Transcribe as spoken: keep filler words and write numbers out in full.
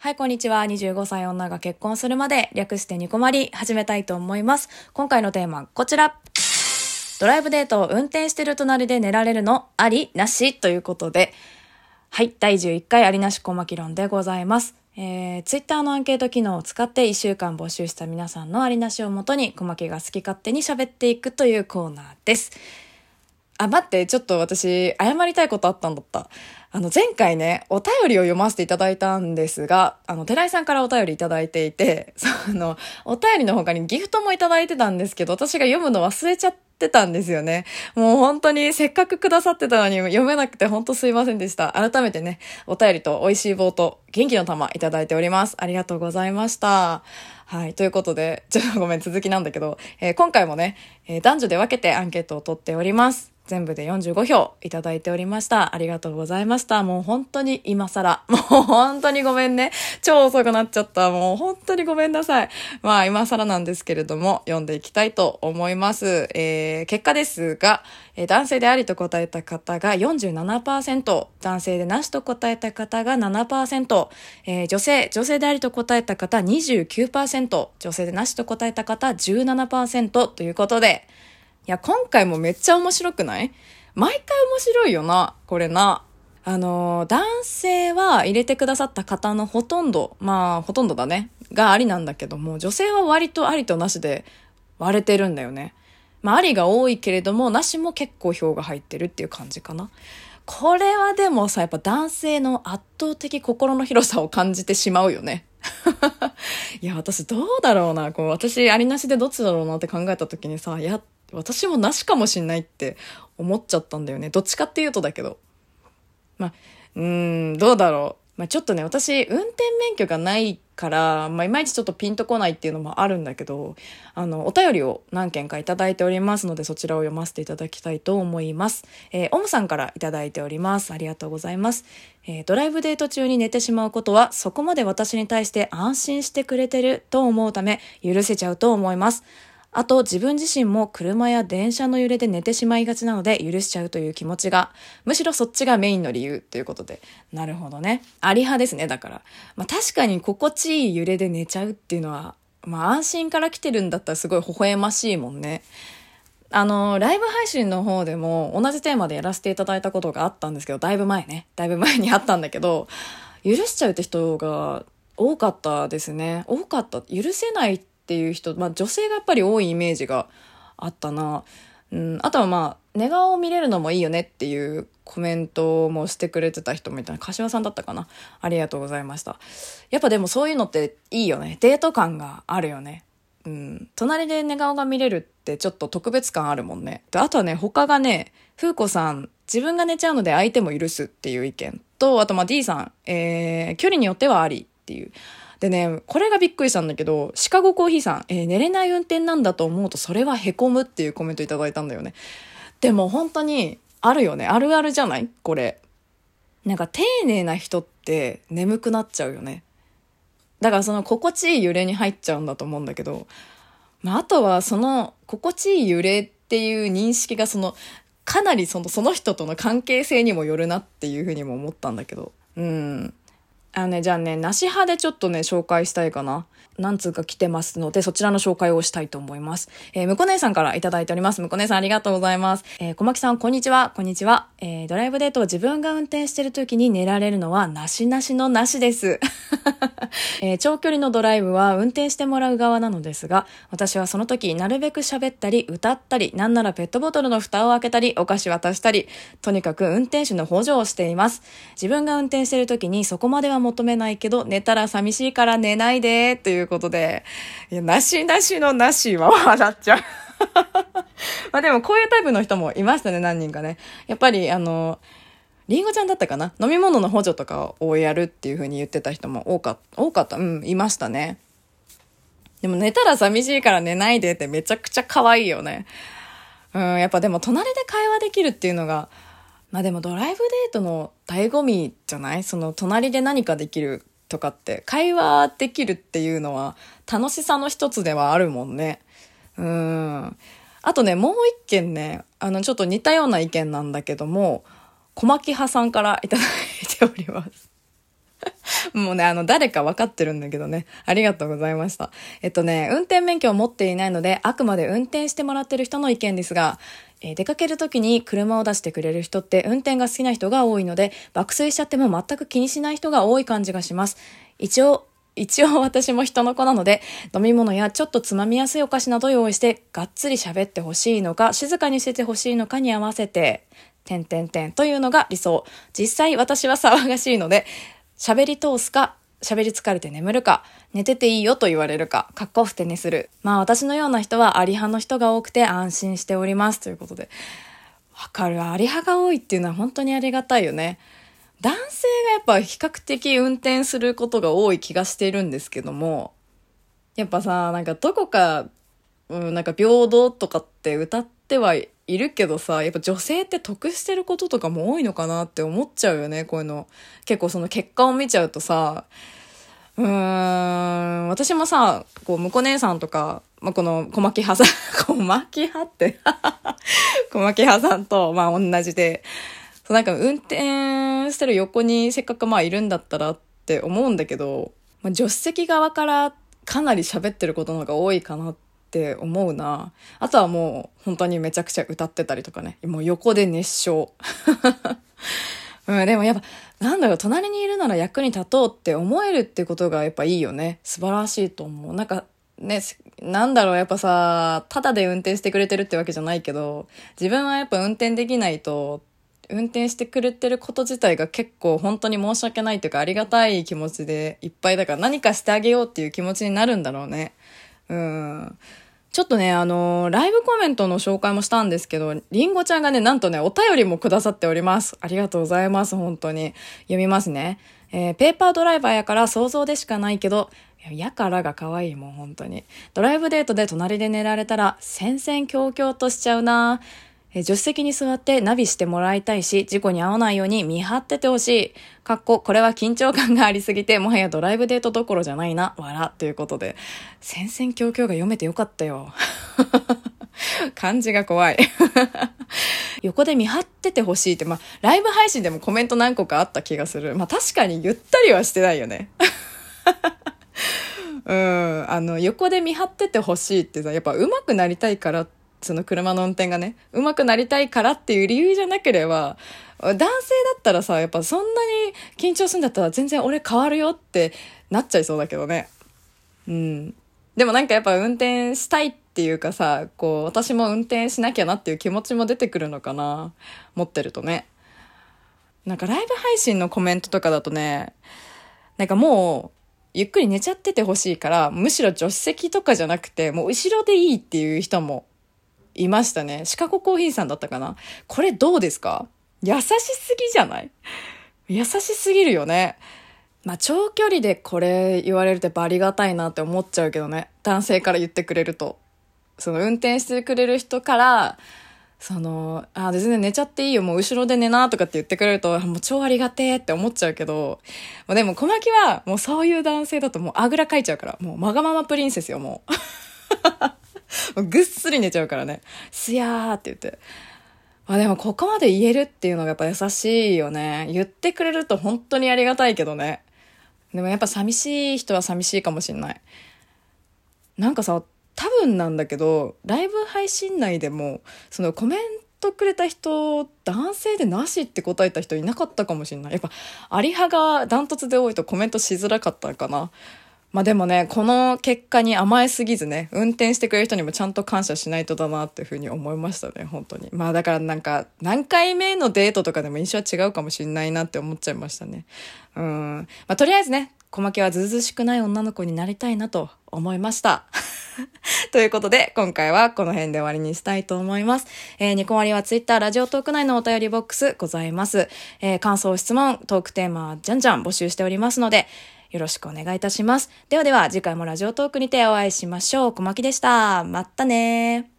はい、こんにちは。にじゅうごさい女が結婚するまで、略してニコマリ、始めたいと思います。今回のテーマ、こちら。ドライブデートを運転してる隣で寝られるのありなしということで、はい、だいじゅういっかいありなし小牧論でございます。えー、ツイッターのアンケート機能を使っていっしゅうかん募集した皆さんのありなしをもとに小牧が好き勝手に喋っていくというコーナーです。あ、待って、ちょっと私、謝りたいことあったんだった。あの、前回ね、お便りを読ませていただいたんですが、あの、寺井さんからお便りいただいていて、その、お便りの他にギフトもいただいてたんですけど、私が読むの忘れちゃってたんですよね。もう本当にせっかくくださってたのに読めなくて本当すいませんでした。改めてね、お便りと美味しい棒と元気の玉いただいております。ありがとうございました。はい。ということで、ちょっとごめん、続きなんだけど、えー今回もね、えー男女で分けてアンケートを取っております。全部でよんじゅうごひょういただいておりました。ありがとうございました。もう本当に今更。もう本当にごめんね。超遅くなっちゃった。もう本当にごめんなさい。まあ今更なんですけれども、読んでいきたいと思います。えー、結果ですが、えー男性でありと答えた方が よんじゅうななパーセント、男性でなしと答えた方が ななパーセント、えー、女性、女性でありと答えた方 にじゅうきゅうパーセント、女性でなしと答えた方 じゅうななパーセント ということで、いや、今回もめっちゃ面白くない？毎回面白いよな、これな。あのー、男性は入れてくださった方のほとんど、まあ、ほとんどだね、がありなんだけども、女性は割とありとなしで割れてるんだよね。まあ、ありが多いけれども、なしも結構票が入ってるっていう感じかな。これはでもさ、やっぱ男性の圧倒的心の広さを感じてしまうよね。いや、私どうだろうな。こう、私ありなしでどっちだろうなって考えた時にさ、いや、私もなしかもしんないって思っちゃったんだよね。どっちかっていうとだけど。まあ、うーん、どうだろう。まあちょっとね、私、運転免許がないから、まあいまいちちょっとピンとこないっていうのもあるんだけど、あの、お便りを何件かいただいておりますので、そちらを読ませていただきたいと思います。えー、オムさんからいただいております。ありがとうございます。えー、ドライブデート中に寝てしまうことは、そこまで私に対して安心してくれてると思うため、許せちゃうと思います。あと自分自身も車や電車の揺れで寝てしまいがちなので許しちゃうという気持ちが、むしろそっちがメインの理由ということで。なるほどね。あり派ですね、だから。まあ確かに心地いい揺れで寝ちゃうっていうのは、まあ安心から来てるんだったらすごい微笑ましいもんね。あの、ライブ配信の方でも同じテーマでやらせていただいたことがあったんですけど、だいぶ前ね。だいぶ前にあったんだけど、許しちゃうって人が多かったですね。多かった。許せないっていう人、まあ女性がやっぱり多いイメージがあったな。うん、あとはまあ、寝顔を見れるのもいいよねっていうコメントもしてくれてた人みたいな、柏さんだったかな。ありがとうございました。やっぱでもそういうのっていいよね。デート感があるよね。うん。隣で寝顔が見れるってちょっと特別感あるもんね。で、あとはね、他がね、風子さん、自分が寝ちゃうので相手も許すっていう意見と、あとまあ D さん、えー、距離によってはありっていう。でね、これがびっくりしたんだけど、シカゴコーヒーさん、えー寝れない運転なんだと思うとそれは凹むっていうコメントいただいたんだよね。でも本当にあるよね。あるあるじゃないこれ。なんか丁寧な人って眠くなっちゃうよね。だからその心地いい揺れに入っちゃうんだと思うんだけど、まあ、あとはその心地いい揺れっていう認識がそのかなりそのその人との関係性にもよるなっていうふうにも思ったんだけど、うん。あのね、じゃあね、なし派でちょっとね、紹介したいかな。何通か来てますので、そちらの紹介をしたいと思います。えー、むこ姉さんからいただいております。むこ姉さんありがとうございます。えー、小牧さん、こんにちは。こんにちは。えー、ドライブデートを自分が運転してる時に寝られるのは、なしなしのなしです。えー、長距離のドライブは運転してもらう側なのですが、私はその時、なるべく喋ったり、歌ったり、なんならペットボトルの蓋を開けたり、お菓子渡したり、とにかく運転手の補助をしています。自分が運転してる時にそこまでは求めないけど、寝たら寂しいから寝ないで、ということで、いや、なしなしのなしは笑っちゃう。まあでもこういうタイプの人もいましたね、何人かね。やっぱり、あの、りんごちゃんだったかな、飲み物の補助とかをやるっていう風に言ってた人も多かった、多かった。うん、いましたね。でも寝たら寂しいから寝ないでってめちゃくちゃ可愛いよね。うん、やっぱでも隣で会話できるっていうのが、まあでもドライブデートの醍醐味じゃない？その隣で何かできるとかって会話できるっていうのは楽しさの一つではあるもんね。うん。あとね、もう一件ね、あのちょっと似たような意見なんだけども、小牧派さんからいただいております。 もうね、あの、誰か分かってるんだけどね。ありがとうございました。えっとね、運転免許を持っていないので、あくまで運転してもらってる人の意見ですが、えー出かけるときに車を出してくれる人って運転が好きな人が多いので、爆睡しちゃっても全く気にしない人が多い感じがします。一応、一応私も人の子なので、飲み物やちょっとつまみやすいお菓子など用意して、がっつり喋ってほしいのか、静かにしててほしいのかに合わせて、てんてんてんというのが理想。実際私は騒がしいので、喋り通すか、喋り疲れて眠るか、寝てていいよと言われるか、かっこふて寝する。まあ私のような人はあり派の人が多くて安心しております。ということで。わかる。あり派が多いっていうのは本当にありがたいよね。男性がやっぱ比較的運転することが多い気がしているんですけども、やっぱさ、なんかどこか、うん、なんか平等とかって歌ってはいるけどさ、やっぱ女性って得してることとかも多いのかなって思っちゃうよね、こういうの。結構その結果を見ちゃうとさ、うーん、私もさ、こう、婿姉さんとか、まあ、この小牧派さん、小牧派って小牧派さんと、まあ同じで、そうなんか運転してる横にせっかくまあいるんだったらって思うんだけど、まあ、助手席側からかなり喋ってることの方が多いかなって思うな。あとはもう本当にめちゃくちゃ歌ってたりとかね。もう横で熱唱。うん、でもやっぱ、なんだろう、隣にいるなら役に立とうって思えるってことがやっぱいいよね。素晴らしいと思う。なんか、ね、なんだろう、やっぱさ、ただで運転してくれてるってわけじゃないけど、自分はやっぱ運転できないと、運転してくれてること自体が結構本当に申し訳ないというかありがたい気持ちでいっぱいだから何かしてあげようっていう気持ちになるんだろうね。うん。ちょっとね、あのーライブコメントの紹介もしたんですけど、りんごちゃんがね、なんとね、お便りもくださっております。ありがとうございます、本当に。読みますね。えーペーパードライバーやから想像でしかないけど、いや、やからが可愛いもん、本当に。ドライブデートで隣で寝られたら、戦々恐々としちゃうな。えー助手席に座ってナビしてもらいたいし、事故に遭わないように見張っててほしい。かっこ、これは緊張感がありすぎて、もはやドライブデートどころじゃないな、わら。ということで、戦々恐々が読めてよかったよ。漢字が怖い。横で見張っててほしいって、まあ、ライブ配信でもコメント何個かあった気がする。まあ、確かにゆったりはしてないよね。うん、あの、横で見張っててほしいってさ、やっぱ上手くなりたいから、その車の運転がね、上手くなりたいからっていう理由じゃなければ、男性だったらさ、やっぱそんなに緊張するんだったら全然俺変わるよってなっちゃいそうだけどね。うん。でもなんかやっぱ運転したいっていうかさ、こう、私も運転しなきゃなっていう気持ちも出てくるのかな。持ってるとね。なんかライブ配信のコメントとかだとね、なんかもう、ゆっくり寝ちゃっててほしいから、むしろ助手席とかじゃなくて、もう後ろでいいっていう人もいましたね。シカゴコーヒーさんだったかな。これどうですか？優しすぎじゃない？優しすぎるよね。まあ長距離でこれ言われるとやっぱありがたいなって思っちゃうけどね。男性から言ってくれると。その運転してくれる人から、その、あ、全然寝ちゃっていいよ、もう後ろで寝なとかって言ってくれると、もう超ありがてーって思っちゃうけど、まあ、でも小牧はもうそういう男性だともうあぐらかいちゃうから、もうまがままプリンセスよ、もう。もうぐっすり寝ちゃうからね。すやーって言って。まあでもここまで言えるっていうのがやっぱ優しいよね。言ってくれると本当にありがたいけどね。でもやっぱ寂しい人は寂しいかもしんない。なんかさ、多分なんだけど、ライブ配信内でも、そのコメントくれた人、男性でなしって答えた人いなかったかもしれない。やっぱ、あり派がダントツで多いとコメントしづらかったかな。まあでもね、この結果に甘えすぎずね、運転してくれる人にもちゃんと感謝しないとだなっていうふうに思いましたね、本当に。まあだからなんか、何回目のデートとかでも印象は違うかもしれないなって思っちゃいましたね。うん。まあとりあえずね、小牧はずうずうしくない女の子になりたいなと思いました。ということで、今回はこの辺で終わりにしたいと思います。えー、ニコマリはツイッター、ラジオトーク内のお便りボックスございます。えー、感想、質問、トークテーマ、じゃんじゃん募集しておりますので、よろしくお願いいたします。ではでは、次回もラジオトークにてお会いしましょう。小牧でした。まったねー。